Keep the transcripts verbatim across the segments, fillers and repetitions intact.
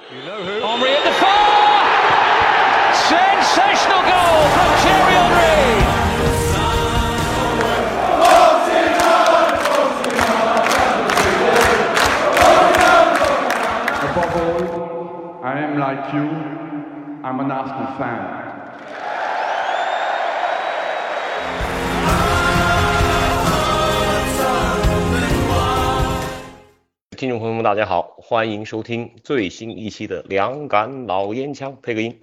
You know who? Henry at the far! Sensational goal from Thierry Henry! Above all, I am like you. I'm an Arsenal fan. 听众朋友们，大家好，欢迎收听最新一期的两杆老烟枪，配个音。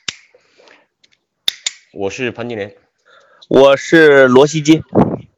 我是潘金莲， 我是罗西基。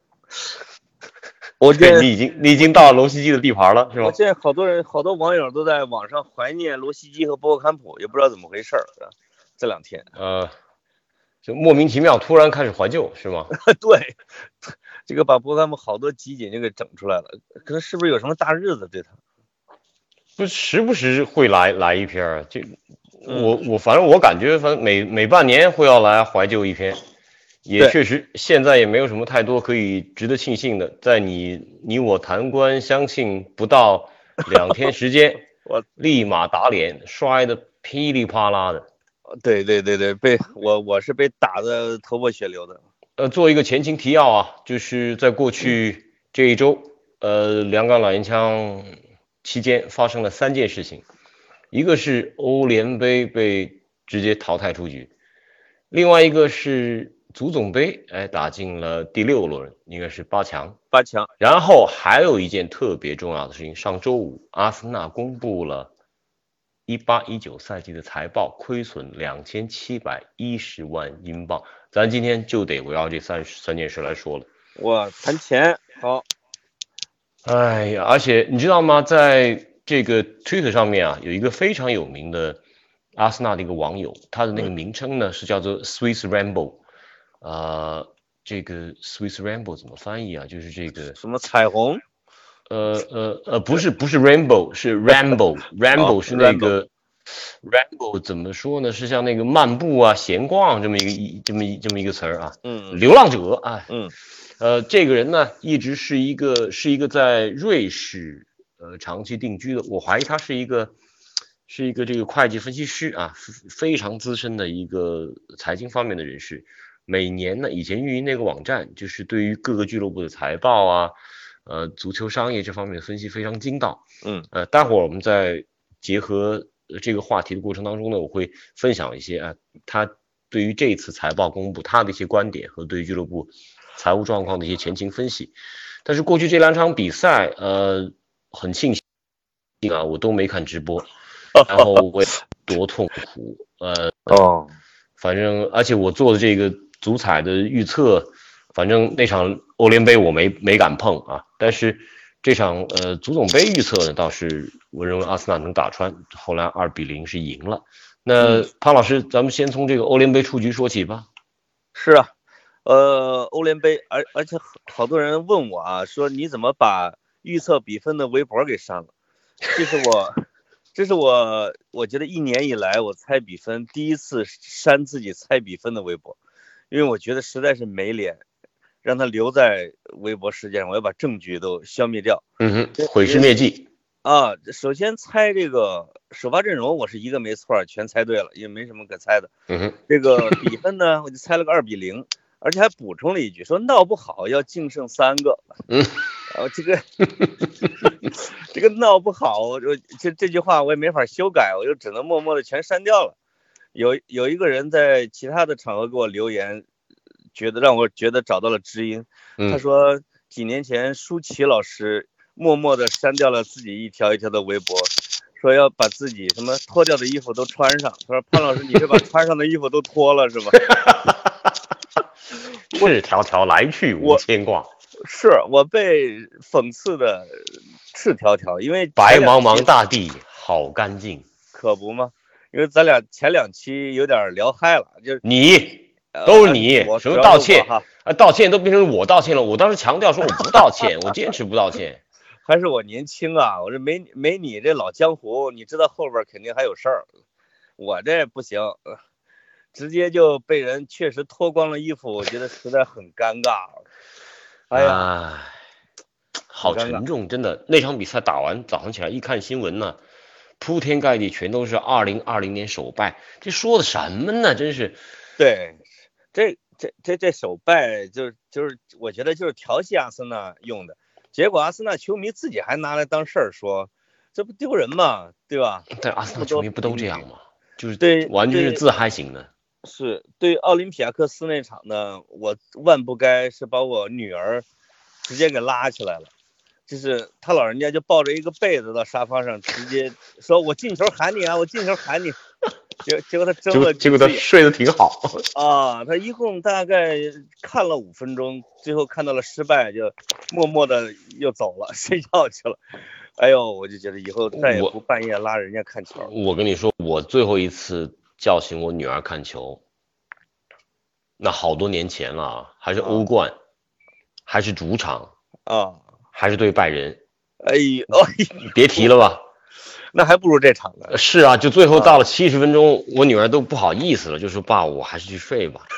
我这你已经你已经到了罗西基的地盘了，是吧？ 我现在好多人好多网友都在网上怀念罗西基和博格坎普，也不知道怎么回事儿。这两天呃，就莫名其妙突然开始怀旧，是吗？ 对，这个把博格坎普好多集锦就给整出来了，可能是不是有什么大日子对他？ 不，时不时会来来一篇儿，这我我反正我感觉，反正每每半年会要来怀旧一篇，也确实现在也没有什么太多可以值得庆幸的，在你你我谈官相庆不到两天时间， 我立马打脸，摔得噼里啪啦的。 对对对对，被我我是被打得头破血流的。 呃，做一个前情提要啊，就是在过去这一周，呃，两杆老烟枪期间发生了三件事情，一个是欧联杯被直接淘汰出局，另外一个是足总杯，哎，打进了第六轮，应该是八强。 八强。 然后还有一件特别重要的事情，上周五阿森纳公布了一八一九赛季的财报，亏损两千七百一十万英镑。咱今天就得围绕这三三件事来说了。 哇，谈钱好。 哎呀，而且你知道吗？在这个 Twitter 上面啊，有一个非常有名的阿森纳的一个网友，他的那个名称呢是叫做 Swiss Rainbow。呃，这个 Swiss Rainbow 怎么翻译啊？就是这个什么彩虹？ 呃呃呃，不是不是 Rainbow， 是 Rambo，Rambo 是那个。Rambo 怎么说呢？是像那个漫步啊、闲逛这么一个一这么一这么一个词儿啊。 嗯， 流浪者啊。 嗯， 呃，这个人呢，一直是一个是一个在瑞士呃长期定居的，我怀疑他是一个是一个这个会计分析师啊，非常资深的一个财经方面的人士。每年呢，以前运营那个网站，就是对于各个俱乐部的财报啊，呃，足球商业这方面的分析非常精到。 嗯， 呃，待会儿我们再结合这个话题的过程当中呢，我会分享一些啊，他对于这次财报公布他的一些观点和对于俱乐部财务状况的一些前情分析。但是过去这两场比赛，呃，很庆幸啊，我都没看直播，然后我也多痛苦，呃， 哦， 反正而且我做的这个足彩的预测，反正那场欧联杯我没没敢碰啊，但是这场呃足总杯预测呢，倒是我认为阿森纳能打穿，后来二比零是赢了。那潘老师，咱们先从这个欧联杯出局说起吧。 是啊，呃，欧联杯，而而且好多人问我啊，说你怎么把预测比分的微博给删了？这是我，这是我，我觉得一年以来我猜比分第一次删自己猜比分的微博，因为我觉得实在是没脸让他留在微博世界上，我要把证据都消灭掉。 嗯哼，毁尸灭迹啊！首先猜这个首发阵容，我是一个没错，全猜对了，也没什么可猜的。 嗯哼， 这个比分呢，我就猜了个二比零，而且还补充了一句，说闹不好要净胜三个。 嗯， 呃，这个这个闹不好，我这这句话我也没法修改，我就只能默默的全删掉了。有有一个人在其他的场合给我留言，觉得让我觉得找到了知音。 嗯、 他说几年前舒淇老师默默的删掉了自己一条一条的微博，说要把自己什么脱掉的衣服都穿上。他说潘老师，你是把穿上的衣服都脱了是吧？ 赤条条来去无牵挂。 是我被讽刺的赤条条，因为白茫茫大地好干净， 可不吗？因为咱俩前两期有点聊嗨了，就是你都是你， 呃、 什么道歉啊？道歉都变成我道歉了。我当时强调说我不道歉，我坚持不道歉。 还是我年轻啊，我这没没你这老江湖，你知道后边肯定还有事儿。我这不行，直接就被人确实脱光了衣服，我觉得实在很尴尬。哎呀， 啊、好沉重，真的。那场比赛打完，早上起来一看新闻呢， 铺天盖地全都是二零二零年首败，这说的什么呢？真是。 对，这这这这首败就是就是我觉得就是调戏阿森纳用的，结果阿森纳球迷自己还拿来当事儿说，这不丢人吗？对吧？ 但阿森纳球迷不都这样吗？就是对， 完全是自嗨型的。 是对奥林匹亚克斯那场呢，我万不该是把我女儿直接给拉起来了，就是他老人家就抱着一个被子到沙发上，直接说我进球喊你啊，我进球喊你。结结果他睁了， 结果他睡得挺好啊，他一共大概看了五分钟，最后看到了失败，就默默的又走了，睡觉去了。哎呦，我就觉得以后再也不半夜拉人家看球。 我跟你说，我最后一次叫醒我女儿看球，那好多年前了，还是欧冠，啊、还是主场啊， 还是对拜仁。 哎呦， 别提了吧。 那还不如这场呢。 是啊，就最后到了七十分钟，啊、我女儿都不好意思了，就说爸，我还是去睡吧。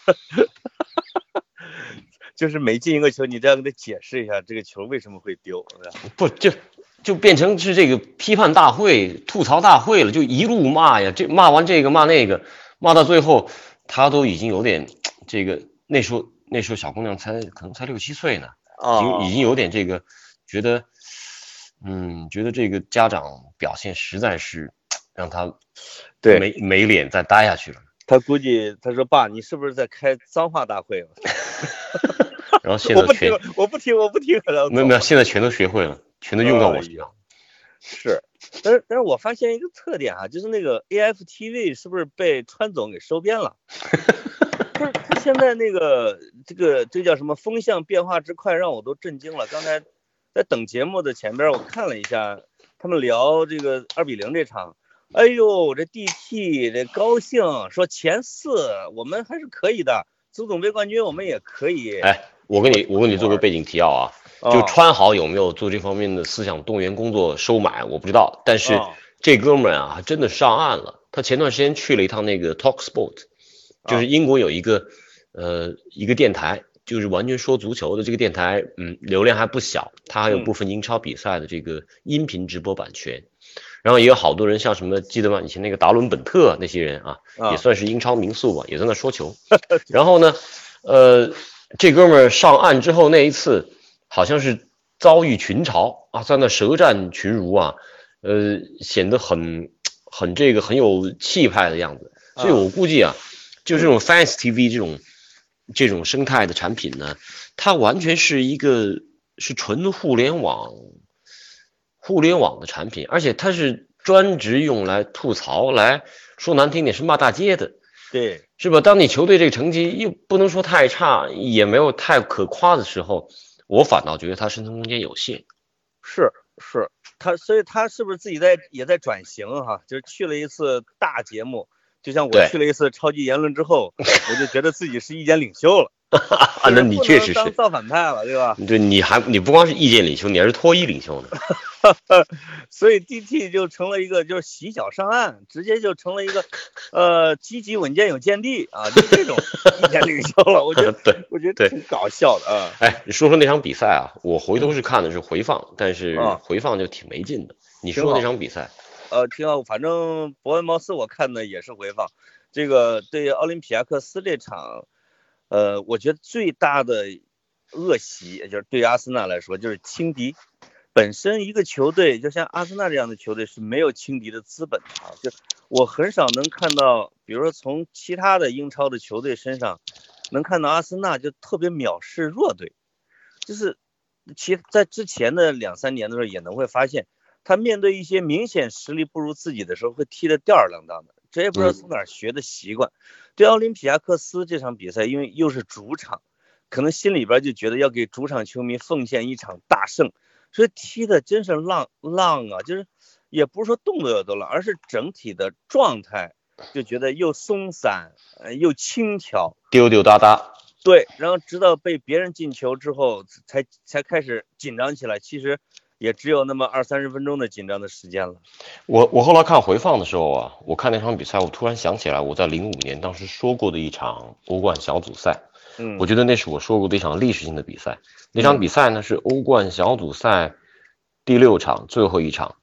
就是每进一个球，你都要跟他解释一下这个球为什么会丢。 不，就就变成是这个批判大会、吐槽大会了，就一路骂呀，这骂完这个骂那个，骂到最后，他都已经有点这个，那时候那时候小姑娘才可能才六七岁呢，已经、哦、已经有点这个觉得。嗯，觉得这个家长表现实在是让他对没没脸再待下去了。 他估计他说爸，你是不是在开脏话大会？ 然后现在全我不听我不听我不听， 没有没有，现在全都学会了，全都用到我身上。 是，但是但是我发现一个特点啊，就是那个 A F T V 是不是被川总给收编了？不是，他现在那个这个这叫什么风向变化之快，让我都震惊了。刚才。在等节目的前边，我看了一下，他们聊这个二比零这场，哎呦，这 D T 这高兴，说前四我们还是可以的，足总杯冠军我们也可以。 哎，我跟你我跟你做个背景提要啊， 哦、 就川豪有没有做这方面的思想动员工作收买，我不知道，但是这哥们儿啊，真的上岸了。他前段时间去了一趟那个 Talk Sport， 就是英国有一个、哦、呃一个电台。就是完全说足球的这个电台，嗯，流量还不小，它还有部分英超比赛的这个音频直播版权，嗯、然后也有好多人，像什么记得吗？以前那个达伦本特那些人啊，啊也算是英超名宿吧，也在那说球。然后呢，呃，这哥们儿上岸之后那一次，好像是遭遇群嘲啊，在那舌战群儒啊，呃，显得很很这个很有气派的样子。所以我估计啊，就这种 Fans T V 这种。这种生态的产品呢，它完全是一个是纯互联网互联网的产品，而且它是专职用来吐槽，来说难听点是骂大街的， 对， 是吧？当你球队这个成绩又不能说太差，也没有太可夸的时候，我反倒觉得它生存空间有限。 是是，他所以他是不是自己在也在转型哈？就是去了一次大节目。就像我去了一次超级言论之后，我就觉得自己是意见领袖了。 啊，那你确实是当造反派了，对吧？ 对，你还你不光是意见领袖，你还是脱衣领袖呢。 所以 D T 就成了一个就是洗脚上岸，直接就成了一个呃积极稳健有见地啊，就这种意见领袖了。我觉得对， 我觉得挺搞笑的啊。 哎，你说说那场比赛啊，我回头是看的是回放，但是回放就挺没劲的。你说那场比赛？ 呃，挺好，反正伯恩茅斯我看的也是回放。这个对奥林匹亚克斯这场，呃，我觉得最大的恶习就是对阿森纳来说就是轻敌。本身一个球队就像阿森纳这样的球队是没有轻敌的资本啊。就我很少能看到，比如说从其他的英超的球队身上，能看到阿森纳就特别藐视弱队。就是其在之前的两三年的时候也能会发现。他面对一些明显实力不如自己的时候，会踢得吊儿郎当的，这也不知道从哪儿学的习惯。嗯、对奥林匹亚克斯这场比赛，因为又是主场，可能心里边就觉得要给主场球迷奉献一场大胜，所以踢的真是浪浪啊，就是也不是说动作有多浪，而是整体的状态就觉得又松散，呃，又轻巧， 丢丢哒哒。 对，然后直到被别人进球之后，才才开始紧张起来。其实。也只有那么二三十分钟的紧张的时间了。 我我后来看回放的时候啊，我看那场比赛，我突然想起来我在零五年当时说过的一场欧冠小组赛。嗯，我觉得那是我说过的一场历史性的比赛。那场比赛呢是欧冠小组赛第六场最后一场，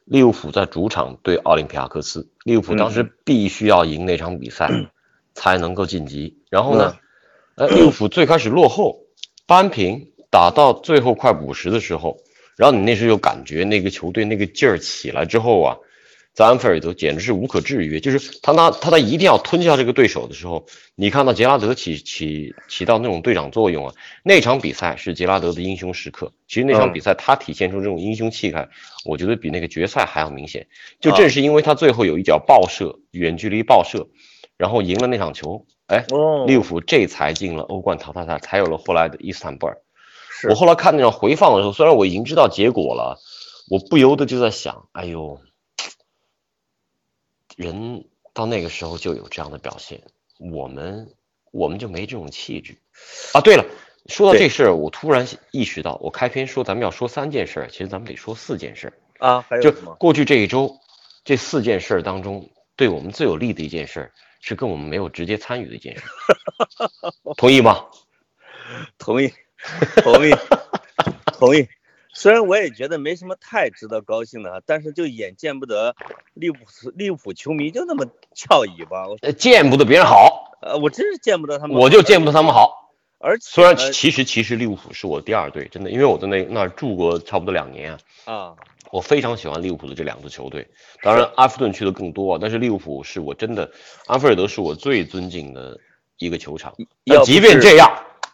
利物浦在主场对奥林匹亚克斯，利物浦当时必须要赢那场比赛、嗯、才能够晋级。然后呢，呃，利物浦最开始落后，扳平，打到最后快五十的时候，然后你那时候就感觉那个球队那个劲儿起来之后啊，在安菲尔德简直是无可制约，就是他那他他一定要吞下这个对手的时候，你看到杰拉德起起起到那种队长作用啊，那场比赛是杰拉德的英雄时刻。其实那场比赛他体现出这种英雄气概，我觉得比那个决赛还要明显。就正是因为他最后有一脚爆射，远距离爆射，然后赢了那场球，哎，利物浦这才进了欧冠淘汰赛，才有了后来的伊斯坦布尔。我后来看那场回放的时候，虽然我已经知道结果了，我不由得就在想，哎呦。人到那个时候就有这样的表现，我们我们就没这种气质啊。对了，说到这事儿，我突然意识到，我开篇说咱们要说三件事，其实咱们得说四件事啊。还有什么？ 就过去这一周，这四件事当中，对我们最有利的一件事是跟我们没有直接参与的一件事，同意吗？ 同意，同意，同意。虽然我也觉得没什么太值得高兴的，但是就眼见不得利物浦利物浦球迷就那么翘尾巴， 见不得别人好。 呃，我真是见不得他们好， 我就见不得他们好。 而且虽然其实其实利物浦是我第二队，真的，因为我在那那儿住过差不多两年啊。 啊， 我非常喜欢利物浦的这两支球队，当然阿弗顿去的更多，但是利物浦是我真的，安菲尔德是我最尊敬的一个球场。但即便这样。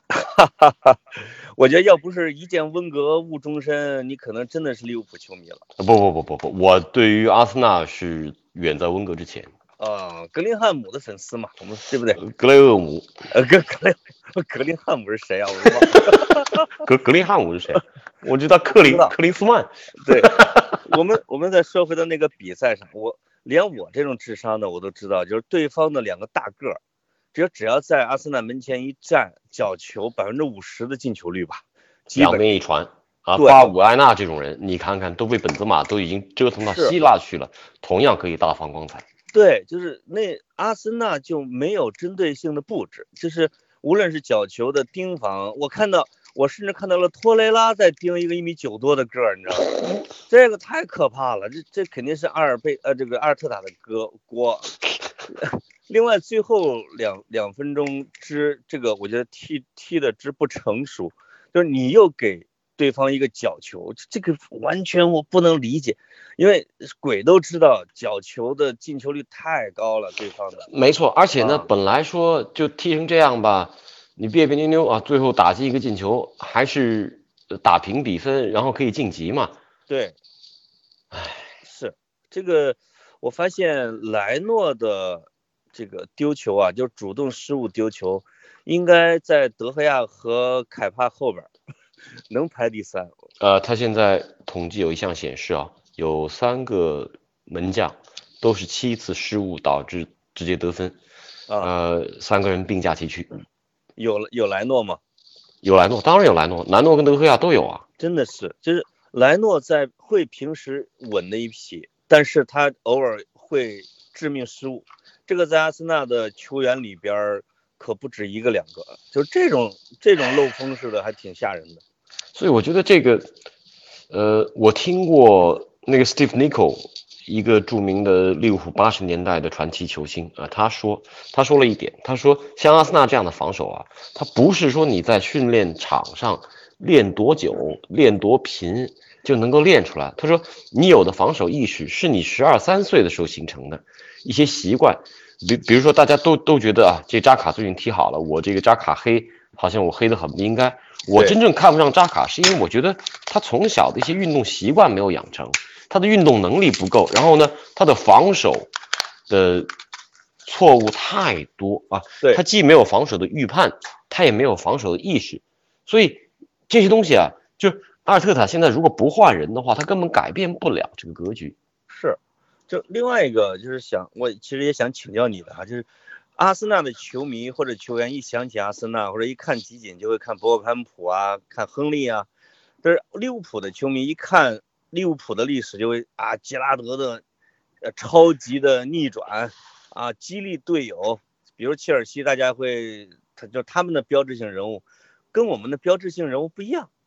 我觉得要不是一见温格误终身，你可能真的是利物浦球迷了。 不不不不不，我对于阿森纳是远在温格之前。 啊、呃，格林汉姆的粉丝嘛，我们对不对？ 格雷厄姆， 呃，格格雷格林汉姆是谁啊？我忘了。 格格林汉姆是谁？我知道克林克林斯曼。 对，我们我们再说回到那个比赛上，我连我这种智商的我都知道，就是对方的两个大个儿。只要只要在阿森纳门前一站，角球百分之五十的进球率吧， 两边一传啊，巴武埃纳这种人，你看看都被本泽马都已经折腾到希腊去了，同样可以大放光彩。 对，就是那阿森纳就没有针对性的布置，就是无论是角球的盯防，我看到我甚至看到了托雷拉在盯一个一米九多的个儿，你知道吗？这个太可怕了，这这肯定是阿尔贝呃这个阿尔特塔的锅锅。另外，最后两两分钟之这个，我觉得踢踢的之不成熟，就是你又给对方一个角球，这个完全我不能理解，因为鬼都知道角球的进球率太高了，对方的。 没错，而且呢， 啊、 本来说就踢成这样吧，你别别扭扭啊，最后打进一个进球，还是打平比分，然后可以晋级嘛。 对，唉，是这个，我发现莱诺的。这个丢球啊，就是主动失误丢球，应该在德赫亚和凯帕后边能排第三。 呃，他现在统计有一项显示啊，有三个门将都是七次失误导致直接得分， 啊、 呃，三个人并驾齐驱。 有有莱诺吗？ 有莱诺，当然有莱诺，莱诺跟德赫亚都有啊。 真的是，就是莱诺在会平时稳的一匹，但是他偶尔会致命失误。这个在阿森纳的球员里边可不止一个两个，就是这种这种漏风似的，还挺吓人的。 所以我觉得这个，呃，我听过那个 Steve Nicol， 一个著名的利物浦八十年代的传奇球星啊、呃，他说他说了一点，他说像阿森纳这样的防守啊，他不是说你在训练场上练多久、练多频就能够练出来。他说你有的防守意识是你十二三岁的时候形成的一些习惯。比比如说大家都都觉得啊，这扎卡最近踢好了，我这个扎卡黑好像我黑的很不应该。我真正看不上扎卡是因为我觉得他从小的一些运动习惯没有养成，他的运动能力不够，然后呢他的防守的错误太多啊，他既没有防守的预判，他也没有防守的意识，所以这些东西啊，就阿尔特塔现在如果不换人的话，他根本改变不了这个格局。 是，就另外一个就是想，我其实也想请教你的啊，就是阿森纳的球迷或者球员一想起阿森纳，或者一看集锦就会看博格坎普啊，看亨利啊，但是利物浦的球迷一看利物浦的历史就会啊，杰拉德的呃超级的逆转啊，激励队友，比如切尔西，大家会他就他们的标志性人物跟我们的标志性人物不一样。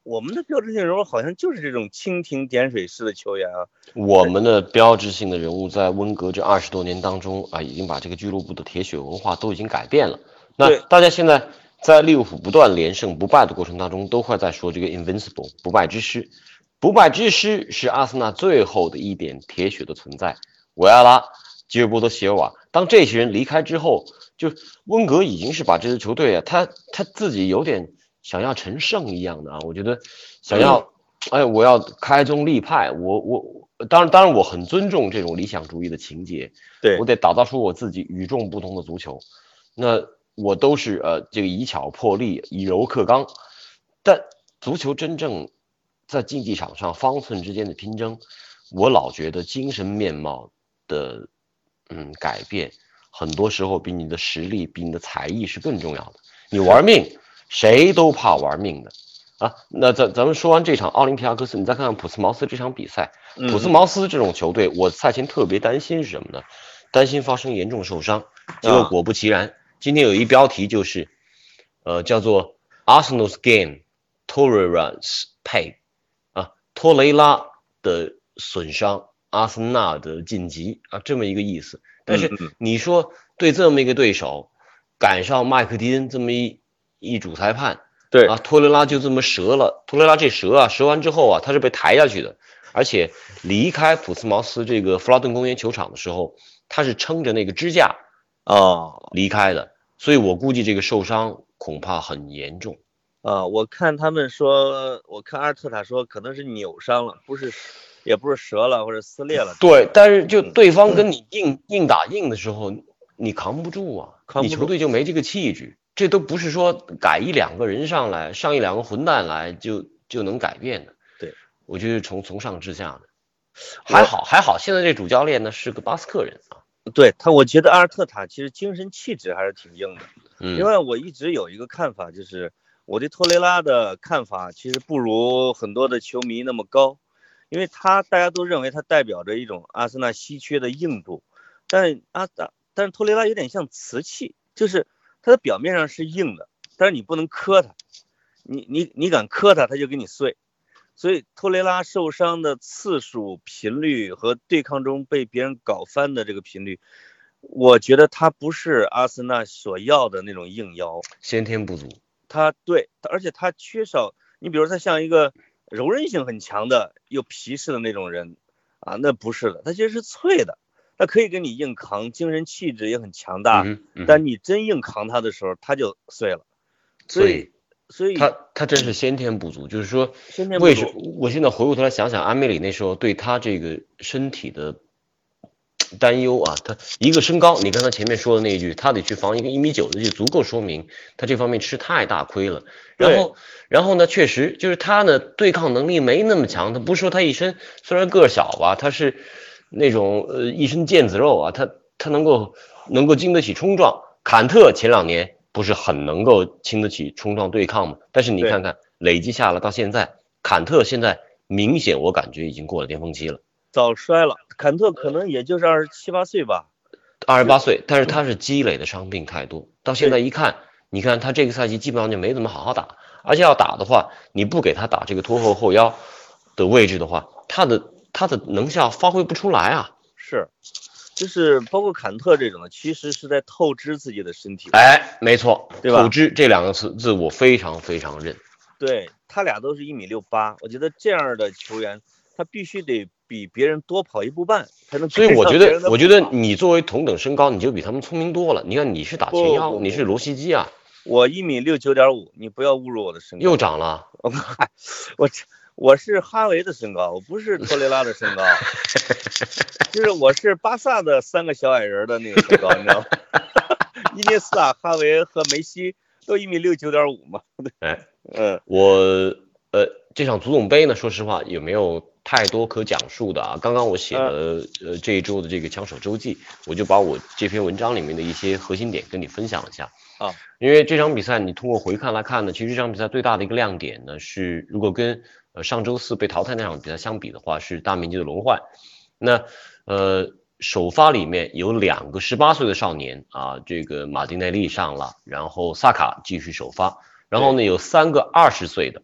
我们的标志性人物好像就是这种蜻蜓点水式的球员啊。 我们的标志性的人物在温格这二十多年当中啊，已经把这个俱乐部的铁血文化都已经改变了。那大家现在在利物浦不断连胜不败的过程当中，都会在说这个 invincible 不败之师。不败之师是阿森纳最后的一点铁血的存在。维埃拉、吉尔伯特·席尔瓦，当这些人离开之后，就温格已经是把这支球队啊，他他自己有点想要成圣一样的啊，我觉得想要，哎，我要开宗立派，我我当然当然我很尊重这种理想主义的情节， 对， 我得打造出我自己与众不同的足球，那我都是呃这个以巧破力，以柔克刚，但足球真正在竞技场上方寸之间的拼争，我老觉得精神面貌的嗯改变，很多时候比你的实力、比你的才艺是更重要的。你玩命，谁都怕玩命的啊。那咱咱们说完这场奥林匹亚科斯，你再看看普斯茅斯这场比赛，普斯茅斯这种球队，我赛前特别担心是什么呢？担心发生严重受伤，结果果不其然，啊、今天有一标题就是，呃，叫做 Arsenal's Game Torreira's Pay 啊，托雷拉的损伤，阿森纳的晋级啊，这么一个意思。但是你说对这么一个对手，赶上麦克迪恩这么一一主裁判， 对啊，托雷拉就这么折了。托雷拉这折啊，折完之后啊，他是被抬下去的，而且离开普斯茅斯这个弗拉顿公园球场的时候，他是撑着那个支架啊离开的，所以我估计这个受伤恐怕很严重。 啊，我看他们说，我看阿尔特塔说可能是扭伤了，不是，也不是折了或者撕裂了。 对，但是就对方跟你硬、嗯、硬打硬的时候，你扛不住啊， 扛不住， 你球队就没这个气质。这都不是说改一两个人上来，上一两个混蛋来就就能改变的。 对， 我觉得从从上至下的，还好还好，现在这主教练呢是个巴斯克人啊。 对他，我觉得阿尔特塔其实精神气质还是挺硬的。 嗯， 另外我一直有一个看法，就是我对托雷拉的看法其实不如很多的球迷那么高，因为他大家都认为他代表着一种阿森纳稀缺的硬度，但阿但是托雷拉有点像瓷器，就是它的表面上是硬的，但是你不能磕它，你你你敢磕它，它就给你碎。所以托雷拉受伤的次数、频率和对抗中被别人搞翻的这个频率，我觉得他不是阿森纳所要的那种硬腰， 先天不足。 他对，而且他缺少，你比如他像一个柔韧性很强的又皮实的那种人啊，那不是的，他其实是脆的。他可以跟你硬扛，精神气质也很强大， 嗯嗯、 但你真硬扛他的时候，他就碎了。所以，所以他他真是先天不足，就是说， 先天不足。 为什么？我现在回过头来想想，安梅里那时候对他这个身体的担忧啊，他一个身高，你刚才前面说的那一句，他得去防一个一米九的，就足够说明他这方面吃太大亏了。然后，然后呢，确实就是他呢对抗能力没那么强，他不是说他一身虽然个儿小吧，他是。那种呃一身腱子肉啊，他他能够能够经得起冲撞。坎特前两年不是很能够经得起冲撞对抗吗？但是你看看累积下来到现在，坎特现在明显我感觉已经过了巅峰期了， 早衰了。坎特可能也就是二十七八岁吧， 二十八岁，但是他是积累的伤病太多，到现在一看，你看他这个赛季基本上就没怎么好好打，而且要打的话，你不给他打这个拖后后腰的位置的话，他的。他的能效发挥不出来啊， 是，就是包括坎特这种的，其实是在透支自己的身体。 哎，没错， 对吧？ 透支这两个词字我非常非常认。 对，他俩都是一米六八，我觉得这样的球员，他必须得比别人多跑一步半才能。 所以我觉得，我觉得你作为同等身高，你就比他们聪明多了。你看你是打前腰，你是罗西基啊。 我一米六九点五，你不要侮辱我的身高。 又长了， 我。我是哈维的身高，我不是托雷拉的身高，就是我是巴萨的三个小矮人的那个身高，你知道吗？伊涅斯塔、哈维和梅西都一米六九点五嘛。 哎， 嗯， 我呃这场足总杯呢，说实话也没有太多可讲述的啊。刚刚我写了呃这一周的这个枪手周记，我就把我这篇文章里面的一些核心点跟你分享一下啊。因为这场比赛你通过回看来看呢，其实这场比赛最大的一个亮点呢是，如果跟呃，上周四被淘汰那场比赛相比的话，是大面积的轮换。那呃，首发里面有两个十八岁的少年啊，这个马丁内利上了，然后萨卡继续首发，然后呢有三个二十岁的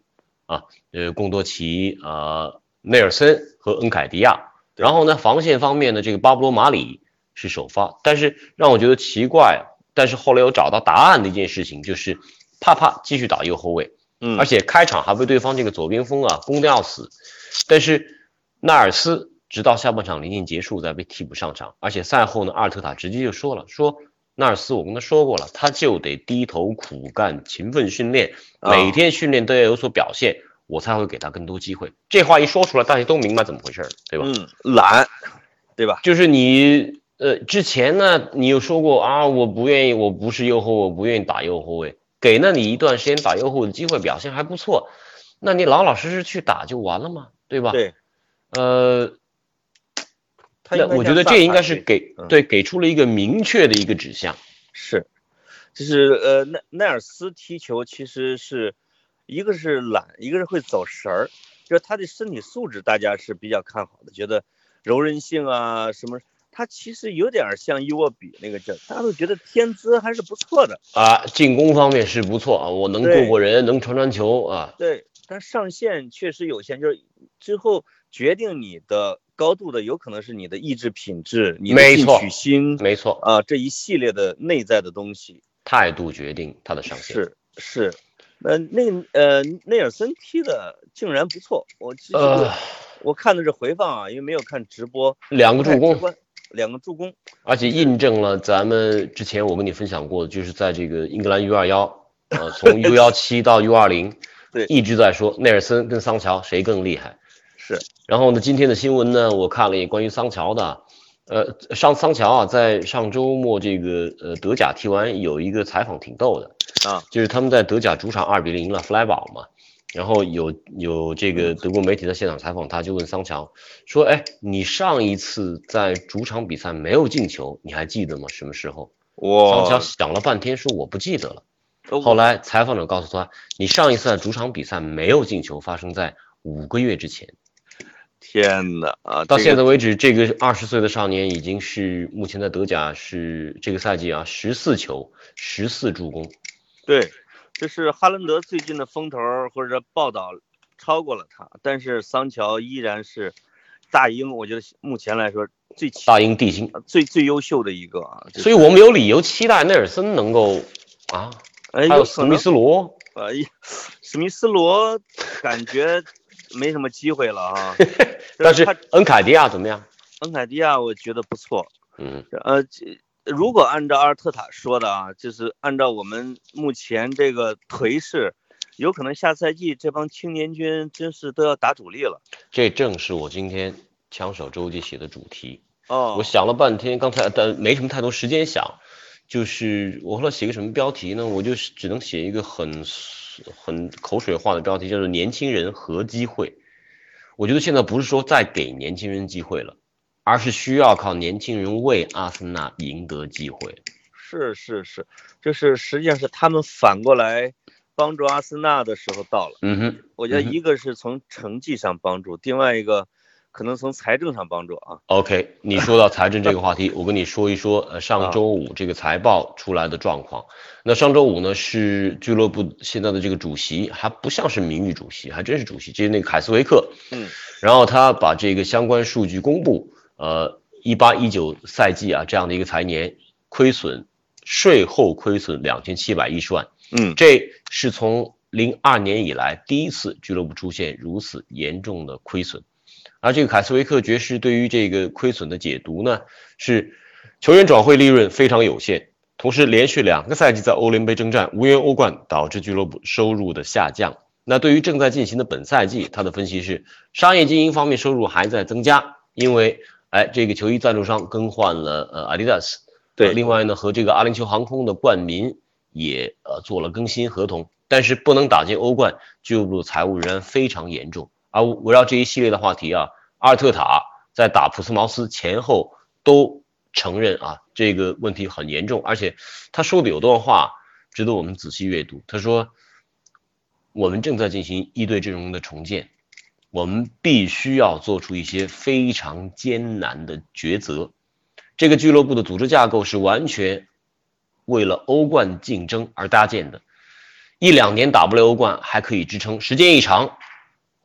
啊，呃，贡多齐、呃内尔森和恩凯迪亚。然后呢，防线方面呢，这个巴布罗马里是首发，但是让我觉得奇怪，但是后来有找到答案的一件事情就是帕帕继续打右后卫， 嗯， 而且开场还被对方这个左边锋啊攻得要死，但是纳尔斯直到下半场临近结束才被替补上场，而且赛后呢，阿尔特塔直接就说了，说纳尔斯我跟他说过了，他就得低头苦干，勤奋训练，每天训练都要有所表现。哦，我才会给他更多机会。这话一说出来，大家都明白怎么回事，对吧？ 嗯，懒，对吧？ 就是你呃，之前呢，你有说过啊，我不愿意，我不是右后卫，我不愿意打右后卫，给了你一段时间打右后卫的机会，表现还不错，那你老老实实去打就完了嘛，对吧？ 对， 呃，那我觉得这应该是给、嗯、对给出了一个明确的一个指向， 是，就是呃，奈奈尔斯踢球其实是。一个是懒，一个是会走神儿，就是他的身体素质大家是比较看好的，觉得柔韧性啊什么，他其实有点像伊沃比那个劲儿，大家都觉得天资还是不错的啊，进攻方面是不错啊，我能过过人，能传传球啊， 对，但上限确实有限，就是最后决定你的高度的有可能是你的意志品质，你的进取心， 没错啊，这一系列的内在的东西， 态度决定他的上限， 是是。呃，那呃，内尔森踢的竟然不错，我其实我、呃、我看的是回放啊，因为没有看直播。 两个助攻， 两个助攻， 而且印证了咱们之前我跟你分享过，就是在这个英格兰 U 二十一，呃，从 U 十七 到 U 二十， 对， 一直在说内尔森跟桑乔谁更厉害。 是。然后呢，今天的新闻呢，我看了也关于桑乔的。呃，上桑乔啊，在上周末这个呃德甲踢完，有一个采访挺逗的啊， 就是他们在德甲主场二比零赢了弗莱堡嘛，然后有有这个德国媒体在现场采访他，就问桑乔说：“哎，你上一次在主场比赛没有进球，你还记得吗？什么时候？” 哇， 桑乔想了半天说：“我不记得了。”后来采访者告诉他：“你上一次在主场比赛没有进球，发生在五个月之前。” 天哪啊！ 到现在为止，这个二十岁的少年已经是目前在德甲是这个赛季啊十四球十四助攻。 对，这是哈兰德最近的风头或者报道超过了他，但是桑乔依然是大英，我觉得目前来说最大英帝星最最优秀的一个啊。 就是、所以我们有理由期待内尔森能够啊， 哎， 还有史密斯罗， 呃，史密斯罗感觉。没什么机会了啊， 但是恩凯迪亚怎么样？ 恩凯迪亚我觉得不错， 嗯， 呃，如果按照阿尔特塔说的啊，就是按照我们目前这个颓势，有可能下赛季这帮青年军真是都要打主力了。 这正是我今天枪手周记写的主题。 哦， 我想了半天，刚才但没什么太多时间想，就是我后来写个什么标题呢？我就只能写一个很。很口水化的标题叫做年轻人和机会。我觉得现在不是说再给年轻人机会了，而是需要靠年轻人为阿森纳赢得机会。 是是是，就是实际上是他们反过来帮助阿森纳的时候到了。 嗯哼， 我觉得一个是从成绩上帮助，嗯、另外一个可能从财政上帮助啊。 OK， 你说到财政这个话题，我跟你说一说，呃，上周五这个财报出来的状况。那上周五呢，是俱乐部现在的这个主席，还不像是名誉主席，还真是主席，就是那个凯斯维克。 嗯， 然后他把这个相关数据公布，呃，一八一九赛季啊这样的一个财年亏损，税后亏损两千七百一十万。 嗯， 这是从零二年以来第一次俱乐部出现如此严重的亏损。而这个凯斯维克爵士对于这个亏损的解读呢，是球员转会利润非常有限，同时连续两个赛季在欧联杯征战无缘欧冠，导致俱乐部收入的下降。那对于正在进行的本赛季，他的分析是商业经营方面收入还在增加，因为哎这个球衣赞助商更换了呃 Adidas， 对、 呃，另外呢和这个阿联酋航空的冠名也呃做了更新合同，但是不能打进欧冠，俱乐部财务仍然非常严重。而围绕这一系列的话题啊，阿尔特塔在打普斯茅斯前后都承认啊，这个问题很严重，而且他说的有段话值得我们仔细阅读。他说，我们正在进行一队阵容的重建，我们必须要做出一些非常艰难的抉择。这个俱乐部的组织架构是完全为了欧冠竞争而搭建的，一两年打不了欧冠还可以支撑，时间一长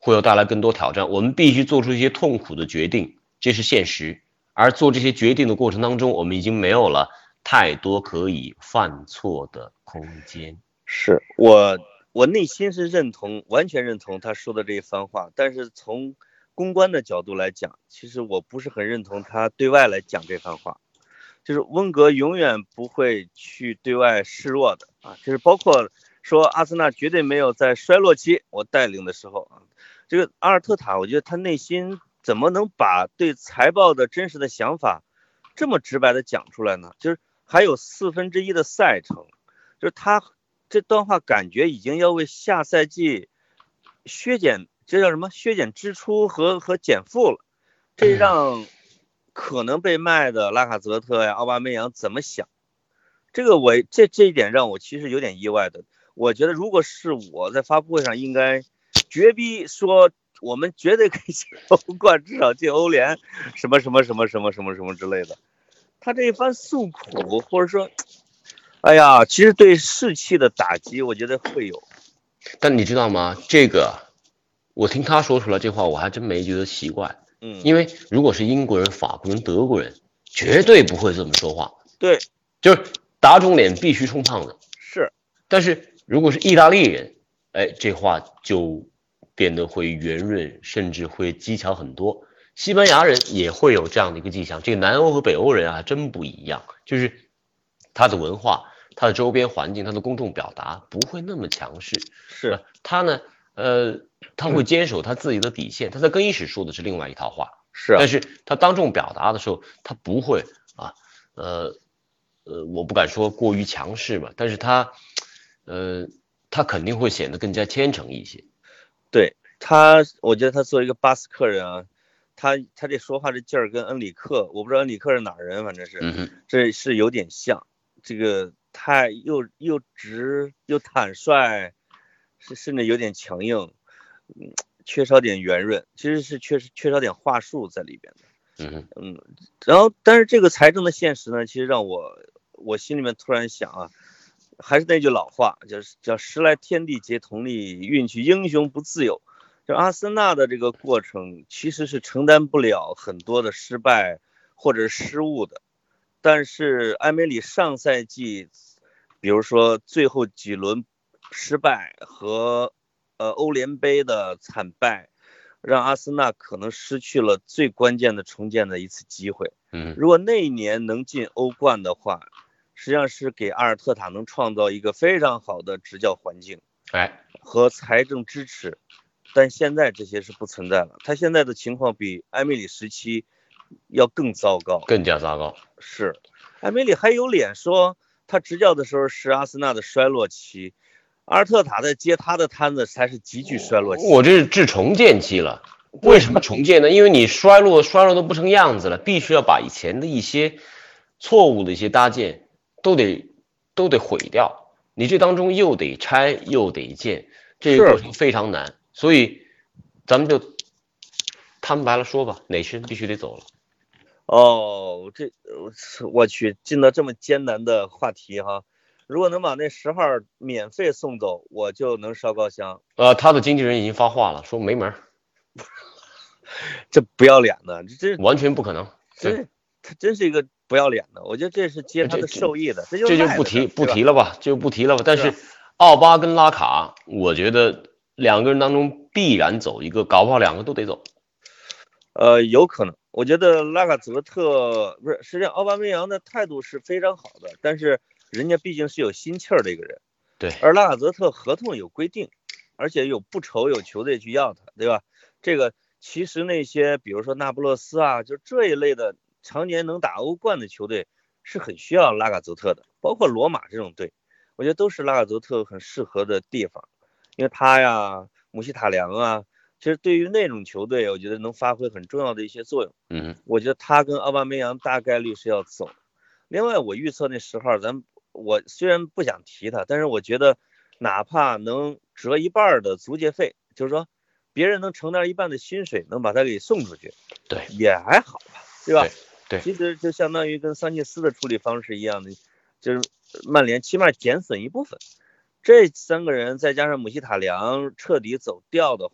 会有带来更多挑战，我们必须做出一些痛苦的决定，这是现实。而做这些决定的过程当中，我们已经没有了太多可以犯错的空间。 是我我内心是认同，完全认同他说的这一番话，但是从公关的角度来讲，其实我不是很认同他对外来讲这番话。就是温格永远不会去对外示弱的啊，就是包括说阿森纳绝对没有在衰落期我带领的时候啊，这个阿尔特塔，我觉得他内心怎么能把对财报的真实的想法这么直白的讲出来呢？就是还有四分之一的赛程，就是他这段话感觉已经要为下赛季削减，这叫什么？削减支出和和减负了，这让可能被卖的拉卡泽特呀、奥巴梅扬怎么想？这个我这这一点让我其实有点意外的。我觉得如果是我在发布会上应该绝逼说我们绝对可以进欧冠，至少进欧联，什么什么什么什么什么什么之类的。他这一番诉苦，或者说，哎呀，其实对士气的打击，我觉得会有。 但你知道吗？这个我听他说出来这话，我还真没觉得奇怪。 嗯， 因为如果是英国人、法国人、德国人，绝对不会这么说话。 对， 就是打肿脸必须充胖子。 是， 但是如果是意大利人，哎，这话就变得会圆润，甚至会技巧很多。西班牙人也会有这样的一个迹象。这个南欧和北欧人啊，真不一样，就是他的文化、他的周边环境、他的公众表达不会那么强势。 是他呢，呃，他会坚守他自己的底线。他在更衣室说的是另外一套话， 是、啊， 但是他当众表达的时候，他不会啊，呃。呃，我不敢说过于强势吧，但是他，呃，他肯定会显得更加虔诚一些。 对他，我觉得他作为一个巴斯克人啊，他他这说话这劲儿跟恩里克，我不知道恩里克是哪儿人，反正是， 嗯、 这是有点像。这个太又又直又坦率，是甚至有点强硬，嗯，缺少点圆润，其实是缺缺少点话术在里边的。 嗯嗯，然后但是这个财政的现实呢，其实让我。我心里面突然想啊，还是那句老话，叫叫时来天地皆同力，运去英雄不自由。就阿森纳的这个过程其实是承担不了很多的失败或者失误的，但是埃梅里上赛季，比如说最后几轮失败和呃欧联杯的惨败，让阿森纳可能失去了最关键的重建的一次机会。 嗯， 如果那一年能进欧冠的话，实际上是给阿尔特塔能创造一个非常好的执教环境， 哎， 和财政支持，但现在这些是不存在了。他现在的情况比埃梅里时期要更糟糕， 更加糟糕。 是，埃梅里还有脸说他执教的时候是阿森纳的衰落期，阿尔特塔在接他的摊子才是急剧衰落期。 我这是至重建期了。为什么重建呢？因为你衰落衰落都不成样子了，必须要把以前的一些错误的一些搭建。都得都得毁掉，你这当中又得拆又得建，这个过程非常难，所以咱们就坦白了说吧，哪些人必须得走了。 哦，这我去进到这么艰难的话题哈，如果能把那十号免费送走，我就能烧高香。 呃，他的经纪人已经发话了，说没门， 这不要脸的，这完全不可能。 这他真是一个。不要脸的，我觉得这是接他的受益的，这就这就不提不提了吧，就不提了吧。但是奥巴跟拉卡，我觉得两个人当中必然走一个，搞不好两个都得走。 呃，有可能，我觉得拉卡泽特不是，实际上奥巴梅扬的态度是非常好的，但是人家毕竟是有心气儿的一个人， 对。 而拉卡泽特合同有规定，而且有不愁有球队去要他，对吧？这个其实那些比如说那不勒斯啊，就这一类的。常年能打欧冠的球队是很需要拉卡泽特的，包括罗马这种队，我觉得都是拉卡泽特很适合的地方，因为他呀、姆希塔良啊，其实对于那种球队，我觉得能发挥很重要的一些作用。 嗯， 我觉得他跟奥巴梅扬大概率是要走。另外，我预测那十号，咱我虽然不想提他，但是我觉得哪怕能折一半的租借费，就是说别人能承担一半的薪水，能把他给送出去， 对， 也还好吧，对吧？ 对。对， 其实就相当于跟桑切斯的处理方式一样的，就是曼联起码减损一部分。这三个人再加上姆希塔良彻底走掉的话，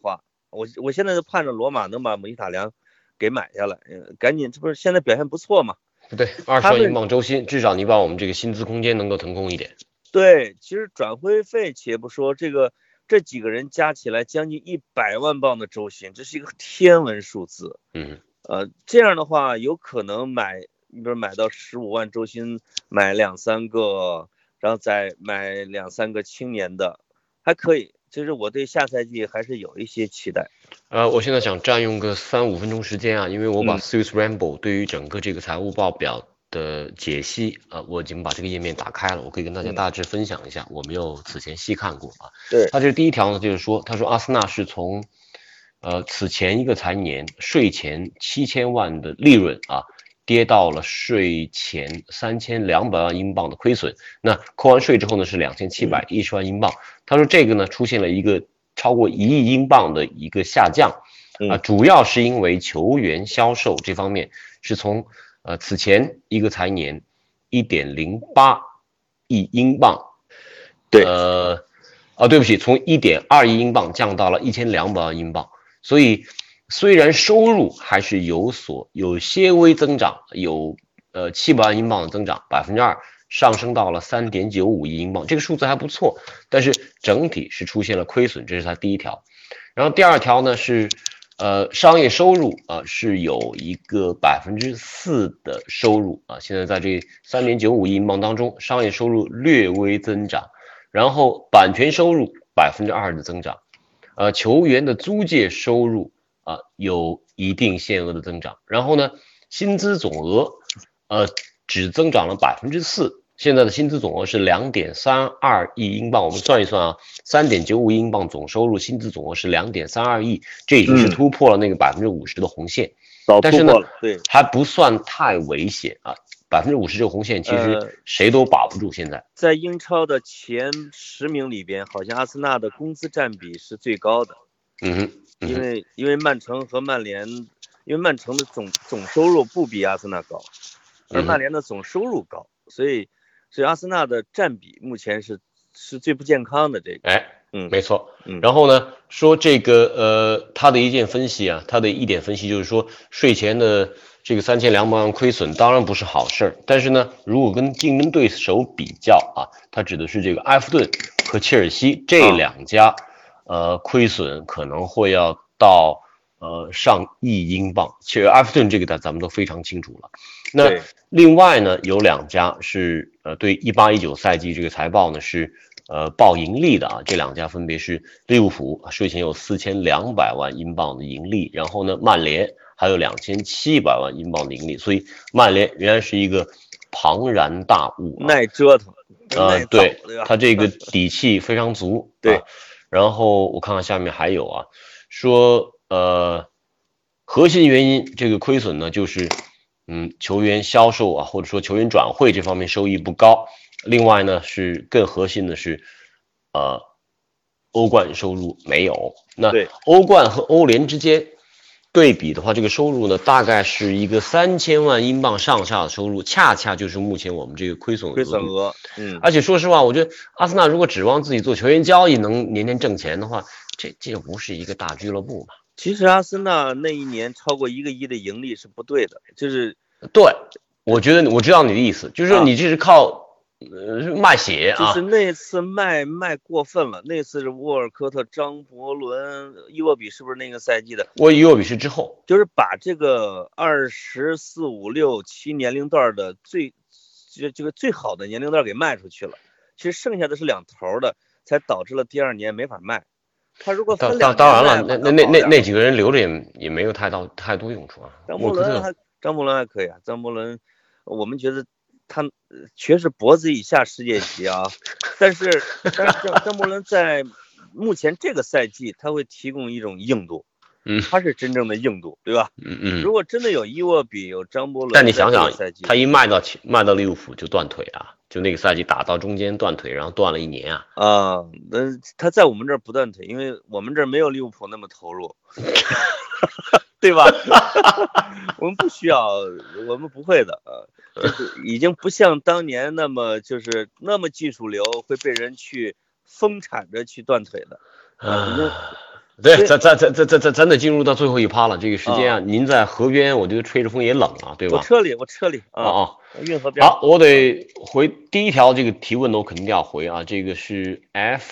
我我现在就盼着罗马能把姆希塔良给买下来，呃赶紧，这不是现在表现不错嘛？ 对，二十万英镑周薪，至少你把我们这个薪资空间能够腾空一点。 对，其实转会费且不说，这个这几个人加起来将近一百万镑的周薪，这是一个天文数字。 嗯， 呃，这样的话有可能买，你比如买到十五万周薪，买两三个，然后再买两三个青年的，还可以。其实我对下赛季还是有一些期待。 呃，我现在想占用个三五分钟时间啊，因为我把嗯 Swiss Ramble 对于整个这个财务报表的解析啊、呃，我已经把这个页面打开了，我可以跟大家大致分享一下，我没有此前细看过啊。 对， 他这第一条呢，就是说，他说阿森纳是从呃此前一个财年税前七千万的利润啊，跌到了税前三千两百万英镑的亏损，那扣完税之后呢是两千七百一十万英镑。他说这个呢出现了一个超过一亿英镑的一个下降啊，主要是因为球员销售这方面是从呃此前一个财年一点零八亿英镑， 对， 呃啊对不起，从一点二亿英镑降到了一千两百万英镑，所以虽然收入还是有所有些微增长，有呃七百万英镑的增长，百分之二。上升到了三点九五亿英镑，这个数字还不错，但是整体是出现了亏损，这是它第一条。然后第二条呢是，呃，商业收入啊、呃、是有一个百分之四的收入啊，现在在这三点九五亿英镑当中，商业收入略微增长，然后版权收入百分之二的增长，呃，球员的租借收入啊、呃、有一定限额的增长，然后呢，薪资总额呃只增长了百分之四。现在的薪资总额是两点三二亿英镑，我们算一算啊，三点九五亿英镑总收入，薪资总额是两点三二亿，这已经是突破了那个百分之五十的红线， 早但是呢， 对， 还不算太危险啊。百分之五十这个红线，其实谁都把不住。现在、呃、 在英超的前十名里边，好像阿森纳的工资占比是最高的。 嗯哼，嗯哼因为因为曼城和曼联，因为曼城的总总收入不比阿森纳高，而曼联的总收入高，所以。所以阿森纳的占比目前是是最不健康的这个， 哎， 嗯， 没错， 嗯， 然后呢，说这个呃，他的一件分析啊，他的一点分析就是说，税前的这个三千两百万亏损当然不是好事儿，但是呢，如果跟竞争对手比较啊，他指的是这个埃弗顿和切尔西这两家，呃，亏损可能会要到呃上亿英镑，其实埃弗顿这个咱咱们都非常清楚了。那另外呢，有两家是呃对一八一九赛季这个财报呢是呃报盈利的啊，这两家分别是利物浦，税前有四千两百万英镑的盈利，然后呢曼联还有两千七百万英镑的盈利，所以曼联仍然是一个庞然大物、啊， 耐折腾， 呃对，它这个底气非常足， 对、 啊。然后我看看下面还有啊，说呃核心原因这个亏损呢就是。嗯，球员销售啊，或者说球员转会这方面收益不高。另外呢，是更核心的是，呃，欧冠收入没有。那欧冠和欧联之间对比的话，这个收入呢，大概是一个三千万英镑上下的收入，恰恰就是目前我们这个亏损额。 亏损额，嗯。 而且说实话，我觉得阿森纳如果指望自己做球员交易能年年挣钱的话，这这不是一个大俱乐部嘛。 其实阿森纳那一年超过一个亿的盈利是不对的，就是对，我觉得我知道你的意思，就是你这是靠、啊、呃卖血啊，就是那次卖卖过分了，那次是沃尔科特、张伯伦、伊沃比是不是那个赛季的？ 我伊沃比是之后， 就是把这个二十四五六七年龄段的最这这个最好的年龄段给卖出去了，其实剩下的是两头的，才导致了第二年没法卖。他如果分两年当然了，那那那那那几个人留着也也没有太到太多用处啊。 张伯伦还张伯伦还可以啊，张伯伦，我们觉得他确实脖子以下世界级啊，但是但是张张伯伦在目前这个赛季他会提供一种硬度， 嗯， 他是真正的硬度，对吧？ 嗯嗯。 如果真的有伊沃比有张伯伦， 但你想想，他一卖到卖到利物浦就断腿啊。就那个赛季打到中间断腿，然后断了一年啊！ 啊，那他在我们这儿不断腿，因为我们这儿没有利物浦那么投入，对吧？我们不需要，我们不会的啊，就是已经不像当年那么就是那么技术流会被人去疯产着去断腿的啊。 对，咱咱咱咱咱咱咱得进入到最后一趴了。这个时间啊，您在河边，我觉得吹着风也冷啊，对吧？ 我车里，我车里啊啊啊， 运河边。 好，我得回第一条这个提问呢，我肯定要回啊。这个是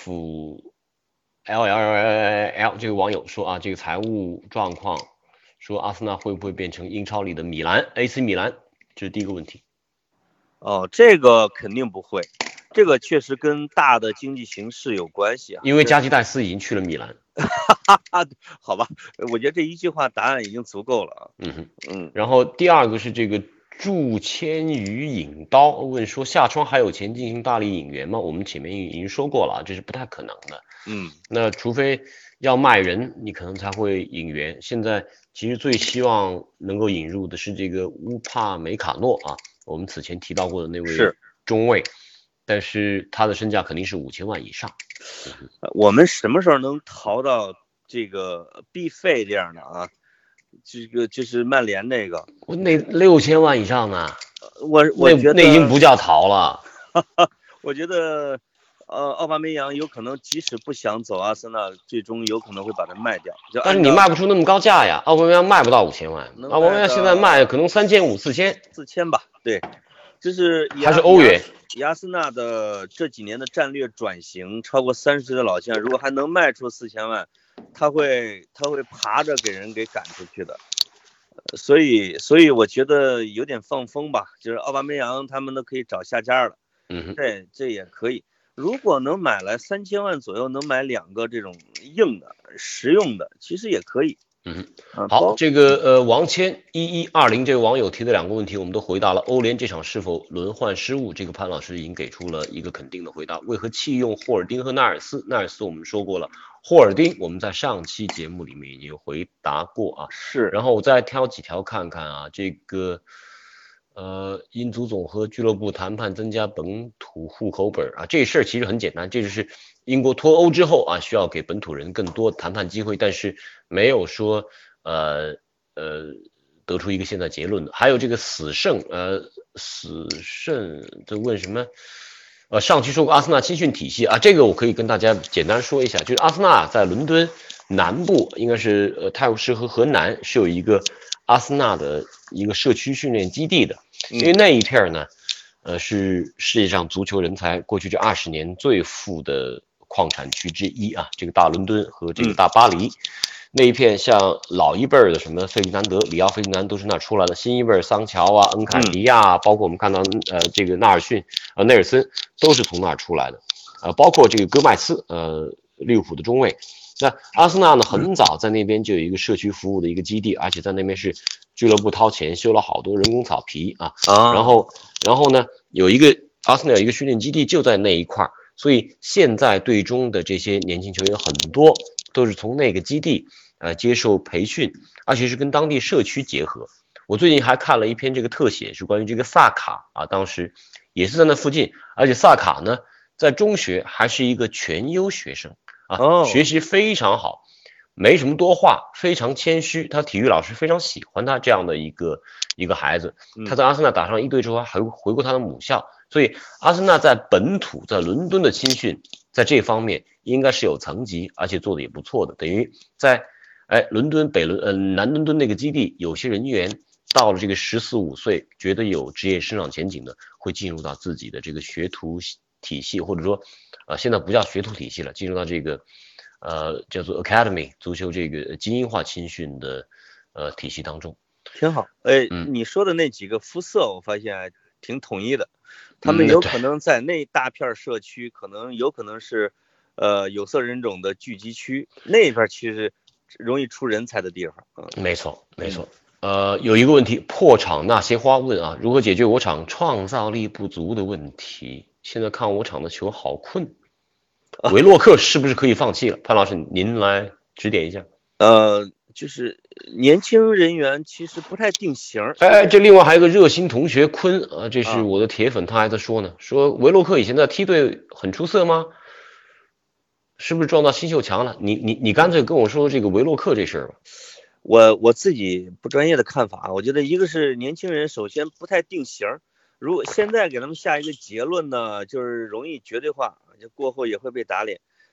F L L L L 这个网友说啊，这个财务状况，说阿森纳会不会变成英超里的米兰 A C 米兰？这是第一个问题。 哦，这个肯定不会。这个确实跟大的经济形势有关系啊， 因为加基戴斯已经去了米兰。 好吧，我觉得这一句话答案已经足够了啊。 嗯哼， 嗯。 然后第二个是这个祝千羽引刀问说，下窗还有钱进行大力引援吗？我们前面已经说过了，这是不太可能的。 嗯， 那除非要卖人，你可能才会引援。现在其实最希望能够引入的是这个乌帕梅卡诺啊，我们此前提到过的那位中卫。但是他的身价肯定是五千万以上。 我们什么时候能淘到这个必费这样的啊？这个就是曼联那个， 那六千万以上呢？ 我我觉得那已经不叫淘了。 我觉得，呃，奥巴梅扬有可能即使不想走阿森纳，最终有可能会把它卖掉。 但是你卖不出那么高价呀，奥巴梅扬卖不到五千万，奥巴梅扬现在卖可能三千五、四千、 四千吧，对。就是还是欧元。 阿森纳的这几年的战略转型，超过三十岁的老将，如果还能卖出四千万，他会他会爬着给人给赶出去的。所以所以我觉得有点放风吧，就是奥巴梅扬他们都可以找下家了。 嗯， 对，这也可以。如果能买来三千万左右，能买两个这种硬的、实用的，其实也可以。 嗯，好，这个呃，王谦一一二零这位网友提的两个问题，我们都回答了。欧联这场是否轮换失误？这个潘老师已经给出了一个肯定的回答。为何弃用霍尔丁和纳尔斯？纳尔斯我们说过了，霍尔丁我们在上期节目里面已经回答过啊。 是， 然后我再挑几条看看啊，这个呃，英足总和俱乐部谈判增加本土户口本啊，这事儿其实很简单，这就是英国脱欧之后啊，需要给本土人更多谈判机会，但是没有说呃呃得出一个现在结论的。还有这个死胜呃死胜这问什么？呃，上期说过阿森纳青训体系啊，这个我可以跟大家简单说一下，就是阿森纳在伦敦南部，应该是呃泰晤士河河南是有一个阿森纳的一个社区训练基地的，因为那一片呢，呃是世界上足球人才过去这二十年最富的矿产区之一啊，这个大伦敦和这个大巴黎。嗯，那一片像老一辈的什么费迪南德、里奥费迪南都是那出来的，新一辈桑乔啊、恩凯迪亚、嗯，包括我们看到呃这个纳尔逊、呃内尔森都是从那儿出来的，呃包括这个戈麦斯，呃利物浦的中卫。那阿森纳呢，很早在那边就有一个社区服务的一个基地，而且在那边是俱乐部掏钱修了好多人工草皮啊，啊然后然后呢有一个阿森纳有一个训练基地就在那一块，所以现在队中的这些年轻球员很多都是从那个基地呃接受培训，而且是跟当地社区结合。我最近还看了一篇这个特写，是关于这个萨卡啊，当时也是在那附近，而且萨卡呢在中学还是一个全优学生啊，哦，学习非常好，没什么多话，非常谦虚，他体育老师非常喜欢他这样的一个一个孩子。他在阿森纳打上一队之后还回过他的母校，所以阿森纳在本土在伦敦的青训在这方面应该是有层级，而且做的也不错的。等于在哎伦敦北伦呃南伦敦那个基地，有些人员到了这个十四五岁觉得有职业生长前景的，会进入到自己的这个学徒体系，或者说呃现在不叫学徒体系了，进入到这个呃叫做 academy 足球这个精英化青训的呃体系当中。 挺好。哎，嗯，你说的那几个肤色我发现挺统一的，他们有可能在那大片社区，可能有可能是呃有色人种的聚集区，那边其实容易出人才的地方。 嗯，没错没错。呃，有一个问题，破场那些花问啊，如何解决我场创造力不足的问题？现在看我场的球好困，维洛克是不是可以放弃了？潘老师，您来指点一下。 呃，就是年轻人员其实不太定型。 哎，这另外还有一个热心同学坤啊，这是我的铁粉，他还在说呢，说维洛克以前在梯队很出色吗？是不是撞到新秀墙了？你你你干脆跟我说这个维洛克这事儿吧。 我我自己不专业的看法，我觉得一个是年轻人首先不太定型，如果现在给他们下一个结论呢，就是容易绝对化，就过后也会被打脸。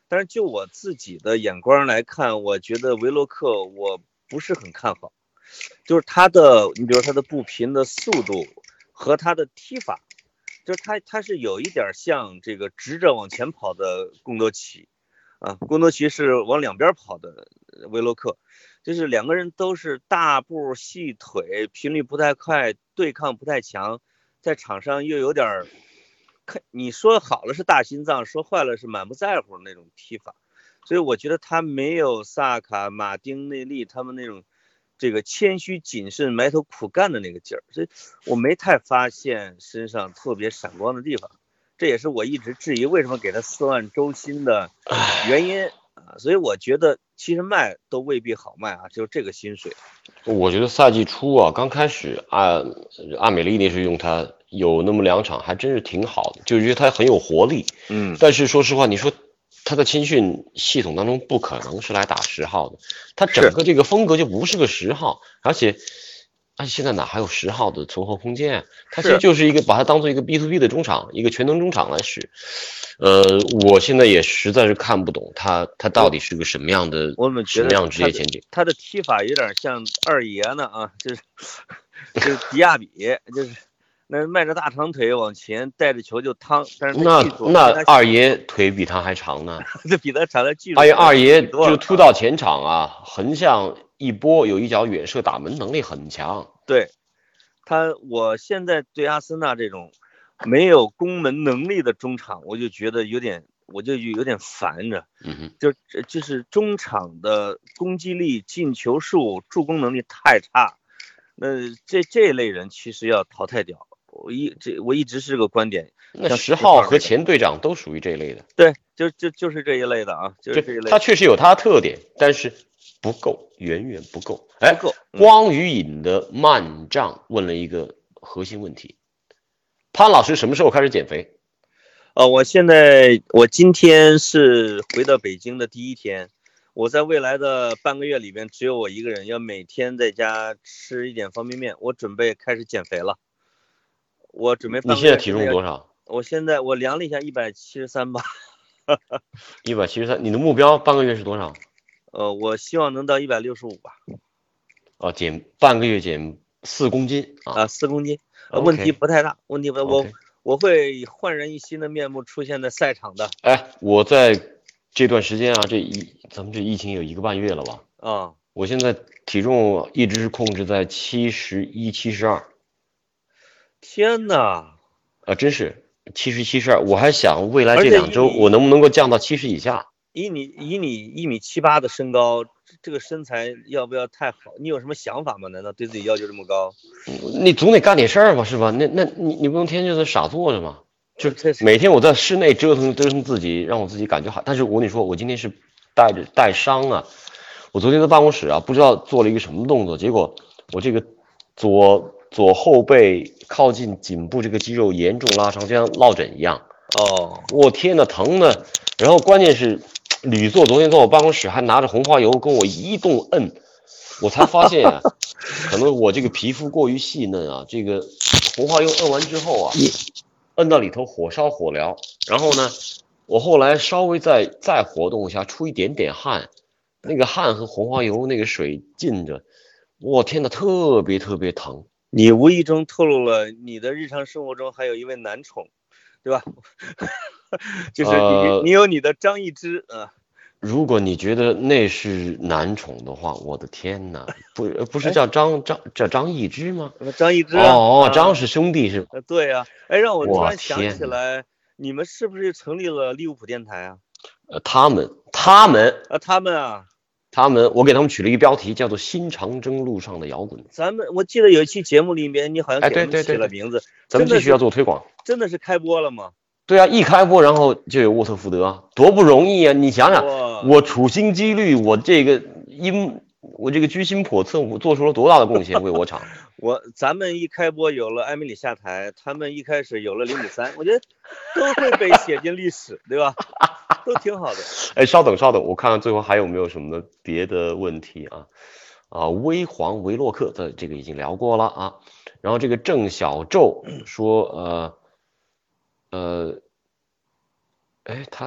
但是就我自己的眼光来看，我觉得维洛克我不是很看好，就是他的，你比如他的步频的速度和他的踢法，就是他他是有一点像这个直着往前跑的贡多齐啊，贡多齐是往两边跑的维洛克，就是两个人都是大步细腿，频率不太快，对抗不太强，在场上又有点看你说好了是大心脏，说坏了是满不在乎那种踢法，所以我觉得他没有萨卡、马丁内利他们那种这个谦虚谨慎、埋头苦干的那个劲儿，所以我没太发现身上特别闪光的地方，这也是我一直质疑为什么给他四万周薪的原因啊。所以我觉得其实卖都未必好卖啊，就是这个薪水。 我觉得赛季初啊，刚开始阿阿美利那时候用他有那么两场还真是挺好的，就觉得他很有活力。 嗯， 但是说实话，你说他的青训系统当中不可能是来打十号的，他整个这个风格就不是个十号，而且而且现在哪还有十号的存活空间啊？他其实就是一个把它当做一个 B to B 的中场，一个全能中场来使。呃，我现在也实在是看不懂他他到底是个什么样的， 我们觉得什么样的职业前景？ 他的踢法有点像二爷呢啊，就是就是迪亚比，就是那迈着大长腿往前带着球就趟，但是那那二爷腿比他还长呢， 这比他长的技术。 二爷二爷就突到前场啊，横向一波有一脚远射打门能力很强。 对他，我现在对阿森纳这种没有攻门能力的中场，我就觉得有点，我就有点烦着。 嗯， 就就是中场的攻击力、进球数、助攻能力太差，那这这类人其实要淘汰掉。我一这我一直是个观点。 那十号和前队长都属于这一类的。 对，就就就是这一类的啊，就是这一类。 他确实有他的特点，但是不够，远远不够。哎， 不够。 嗯、光于影的慢账问了一个核心问题：潘老师什么时候开始减肥？ 呃，我现在我今天是回到北京的第一天，我在未来的半个月里边只有我一个人，要每天在家吃一点方便面，我准备开始减肥了。我准备半个月。 你现在体重多少？ 我现在我量了一下，一百七十三吧。 一百七十三，你的目标半个月是多少？ 呃，我希望能到一百六十五吧。 哦，减半个月减四公斤啊， 啊，四公斤，呃，问题不太大，问题不，我 okay. 我会焕然一新的面目出现在赛场的。 哎，我在这段时间啊，这一咱们这疫情有一个半月了吧？ 啊、哦， 我现在体重一直是控制在七十一、七十二。 天哪！ 啊，真是七十七十二，我还想未来这两周我能不能够降到七十以下。 以你以你一米七八的身高，这个身材要不要太好？你有什么想法吗？难道对自己要求这么高？ 你总得干点事儿吧，是吧？那那你你不能天天就在傻坐着吗？就每天我在室内折腾折腾自己，让我自己感觉好。但是我跟你说，我今天是带着带伤啊。我昨天在办公室啊，不知道做了一个什么动作，结果我这个左左后背靠近颈部这个肌肉严重拉伤，就像落枕一样。 哦， 我天呐，疼的！然后关键是吕作昨天在我办公室还拿着红花油跟我一动摁，我才发现啊，可能我这个皮肤过于细嫩啊，这个红花油摁完之后啊，摁到里头火烧火燎，然后呢，我后来稍微再再活动一下，出一点点汗，那个汗和红花油那个水浸着，我天呐，特别特别疼。 你无意中透露了你的日常生活中还有一位男宠，对吧？就是你、呃、你有你的张易之啊。 如果你觉得那是男宠的话，我的天哪，不不是叫张张叫张易之吗？ 张易之、 啊、哦，张是兄弟是吧？ 对呀、啊，哎，让我突然想起来，你们是不是成立了利物浦电台啊？ 呃，他们他们啊，他们啊。 他们，我给他们取了一个标题，叫做《新长征路上的摇滚》。 咱们我记得有一期节目里面，你好像给他们起了名字。 哎、对对对对咱们继续要做推广。 真的是开播了吗？ 对啊，一开播然后就有沃特福德，多不容易啊！你想想，我处心积虑，我这个因我这个居心叵测，我做出了多大的贡献为我场。 我咱们一开播有了艾米里下台，他们一开始有了零五三，我觉得都会被写进历史，对吧？都挺好的。 哎，稍等稍等，我看看最后还有没有什么别的问题啊？啊，微黄维洛克的这个已经聊过了啊。然后这个郑小宙说，呃呃，哎，他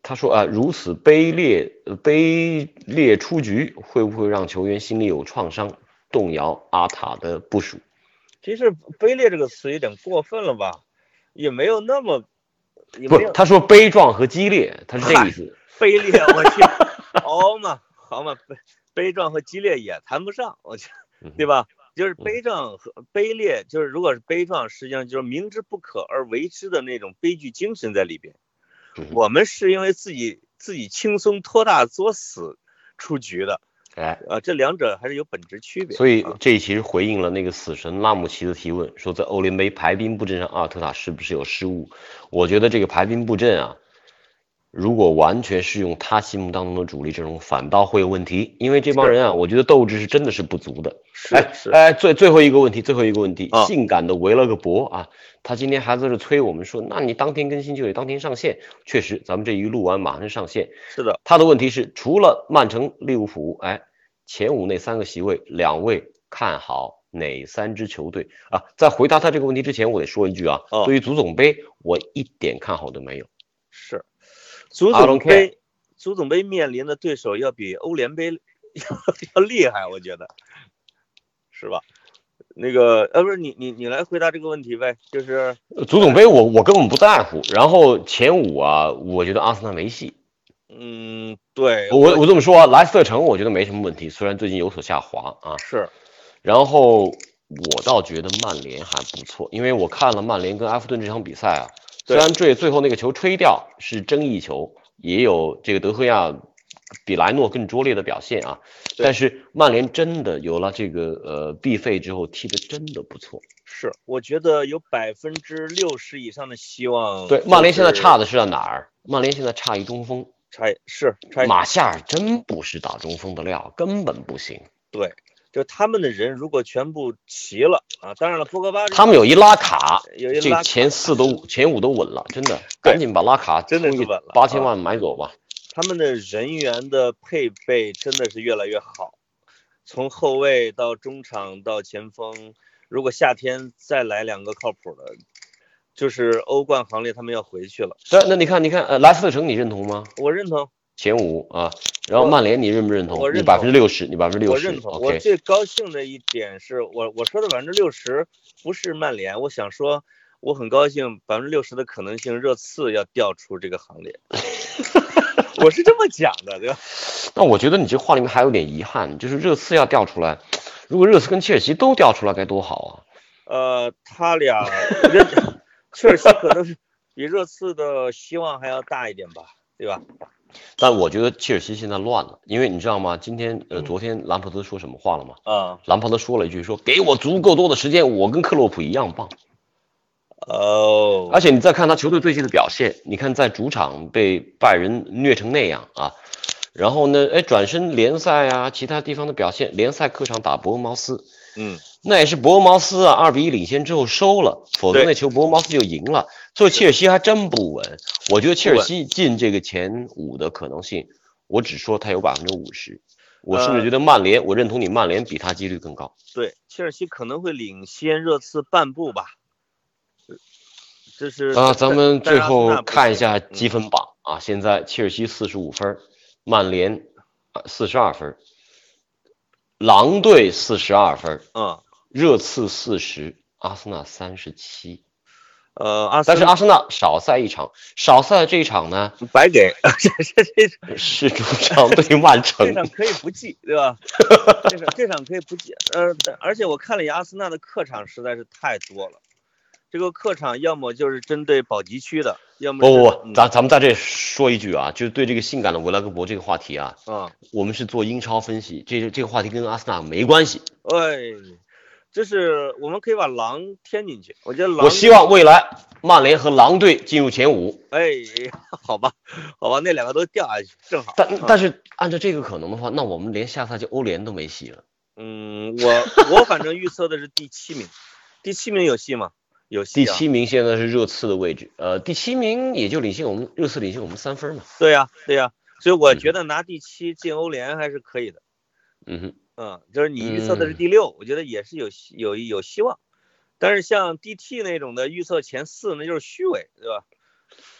他说啊，如此卑劣呃卑劣出局，会不会让球员心里有创伤，动摇阿塔的部署？ 其实卑劣这个词有点过分了吧，也没有那么，也不没有， 他说悲壮和激烈，他是这个意思。 卑劣，我去，好嘛好嘛，悲悲壮和激烈也谈不上，我去，对吧？就是悲壮和卑劣，就是如果是悲壮，实际上就是明知不可而为之的那种悲剧精神在里边。我们是因为自己自己轻松托大作死出局的。 哎， 呃，这两者还是有本质区别。 所以这其实回应了那个死神拉姆齐的提问，说在欧联杯排兵布阵上，阿尔特塔是不是有失误？我觉得这个排兵布阵啊，如果完全是用他心目当中的主力阵容，反倒会有问题，因为这帮人啊，我觉得斗志是真的是不足的。哎哎，最最后一个问题，最后一个问题，啊、性感的围了个脖啊！他今天还在这催我们说，那你当天更新就得当天上线。确实，咱们这一录完马上上线。 是的， 他的问题是，除了曼城、利物浦，哎，前五那三个席位，两位看好哪三支球队啊？在回答他这个问题之前，我得说一句啊，哦、对于足总杯，我一点看好都没有。 是。足总杯，足总杯面临的对手要比欧联杯要要厉害，我觉得，是吧？那个，呃，不是你你你来回答这个问题呗，就是足总杯我我根本不在乎，然后前五啊，我觉得阿森纳没戏。 嗯，对， 我我这么说啊，莱斯特城我觉得没什么问题，虽然最近有所下滑啊。 是， 然后我倒觉得曼联还不错，因为我看了曼联跟埃弗顿这场比赛啊。虽然最最后那个球吹掉是争议球，也有这个德赫亚比莱诺更拙劣的表现啊，但是曼联真的有了这个呃毕费之后踢的真的不错。 是，我觉得有百分之六十以上的希望。 对，曼联现在差的是在哪儿？曼联现在差一中锋， 差是差马夏尔真不是打中锋的料，根本不行。 对。就他们的人如果全部齐了啊，当然了，博格巴他们有一拉卡， 有一拉卡这前四都前五都稳了，真的，赶紧把拉卡真的是稳了， 八千万买走吧。 他们的人员的配备真的是越来越好，从后卫到中场到前锋，如果夏天再来两个靠谱的，就是欧冠行列他们要回去了。 对，那你看，你看，呃，莱斯特城你认同吗？ 我认同。 前五啊，然后曼联你认不认同？ 我认同， 你百分之六十，你百分之六十。 我认同。 Okay、 我最高兴的一点是我我说的百分之六十不是曼联，我想说我很高兴百分之六十的可能性热刺要调出这个行列，我是这么讲的，对吧？ 那我觉得你这话里面还有点遗憾，就是热刺要调出来，如果热刺跟切尔西都调出来该多好啊！ 呃，他俩，切尔西可能是比热刺的希望还要大一点吧，对吧？ 但我觉得切尔西现在乱了，因为你知道吗？今天呃，昨天兰帕德说什么话了吗？ 啊、嗯， 兰帕德说了一句说：“给我足够多的时间，我跟克洛普一样棒。” 哦， 而且你再看他球队最近的表现，你看在主场被拜仁虐成那样啊，然后呢，哎，转身联赛啊，其他地方的表现，联赛客场打伯恩茅斯， 嗯， 那也是伯恩茅斯啊，二比一领先之后收了，否则那球伯恩茅斯就赢了。所以切尔西还真不稳，我觉得切尔西进这个前五的可能性，我只说他有百分之五十，我甚至觉得曼联，呃、我认同你，曼联比他几率更高。 对，切尔西可能会领先热刺半步吧。这是啊，咱们最后看一下积分榜啊，现在切尔西四十五分，曼联四十二分，狼队四十二分， 嗯， 热刺四十，阿森纳三十七。 呃，阿但是阿森纳少赛一场，少赛这一场呢， 白给，这这是主场对曼城， 这场可以不记，对吧？这场这场可以不记，呃，而且我看了一下阿森纳的客场实在是太多了。这个客场要么就是针对保级区的，要么不不不，咱咱们在这说一句啊，就是对这个性感的维拉格博这个话题啊， 啊、嗯， 我们是做英超分析，这这个话题跟阿森纳没关系。 哎，就是我们可以把狼添进去，我觉得狼， 我希望未来曼联和狼队进入前五。 哎，好吧，好吧，那两个都掉下去，正好。 但、嗯、但是按照这个可能的话，那我们连下赛季欧联都没戏了。 嗯，我我反正预测的是第七名，第七名有戏吗？有戏、啊。 第七名现在是热刺的位置，呃，第七名也就领先我们热刺领先我们三分嘛。 对呀、啊，对呀、啊，所以我觉得拿第七进欧联还是可以的。 嗯哼， 嗯，就是你预测的是第六、嗯，我觉得也是有有有希望。但是像 D T 那种的预测前四，那就是虚伪，对吧？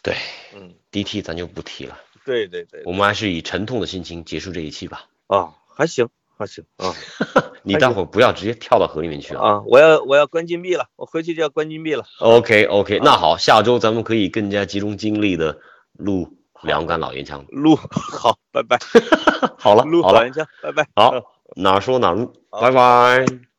对， 嗯， D T 咱就不提了， 对对对， 我们还是以沉痛的心情结束这一期吧。 啊，还行还行啊。 你待会儿不要直接跳到河里面去啊！ 啊，我要我要关禁闭了，我回去就要关禁闭了。 OK OK，、 啊、 那好，下周咱们可以更加集中精力的录两杆老烟枪。 录好，拜拜。 好了录好了， 老烟枪，拜拜。 好，哪说哪录， 好拜拜。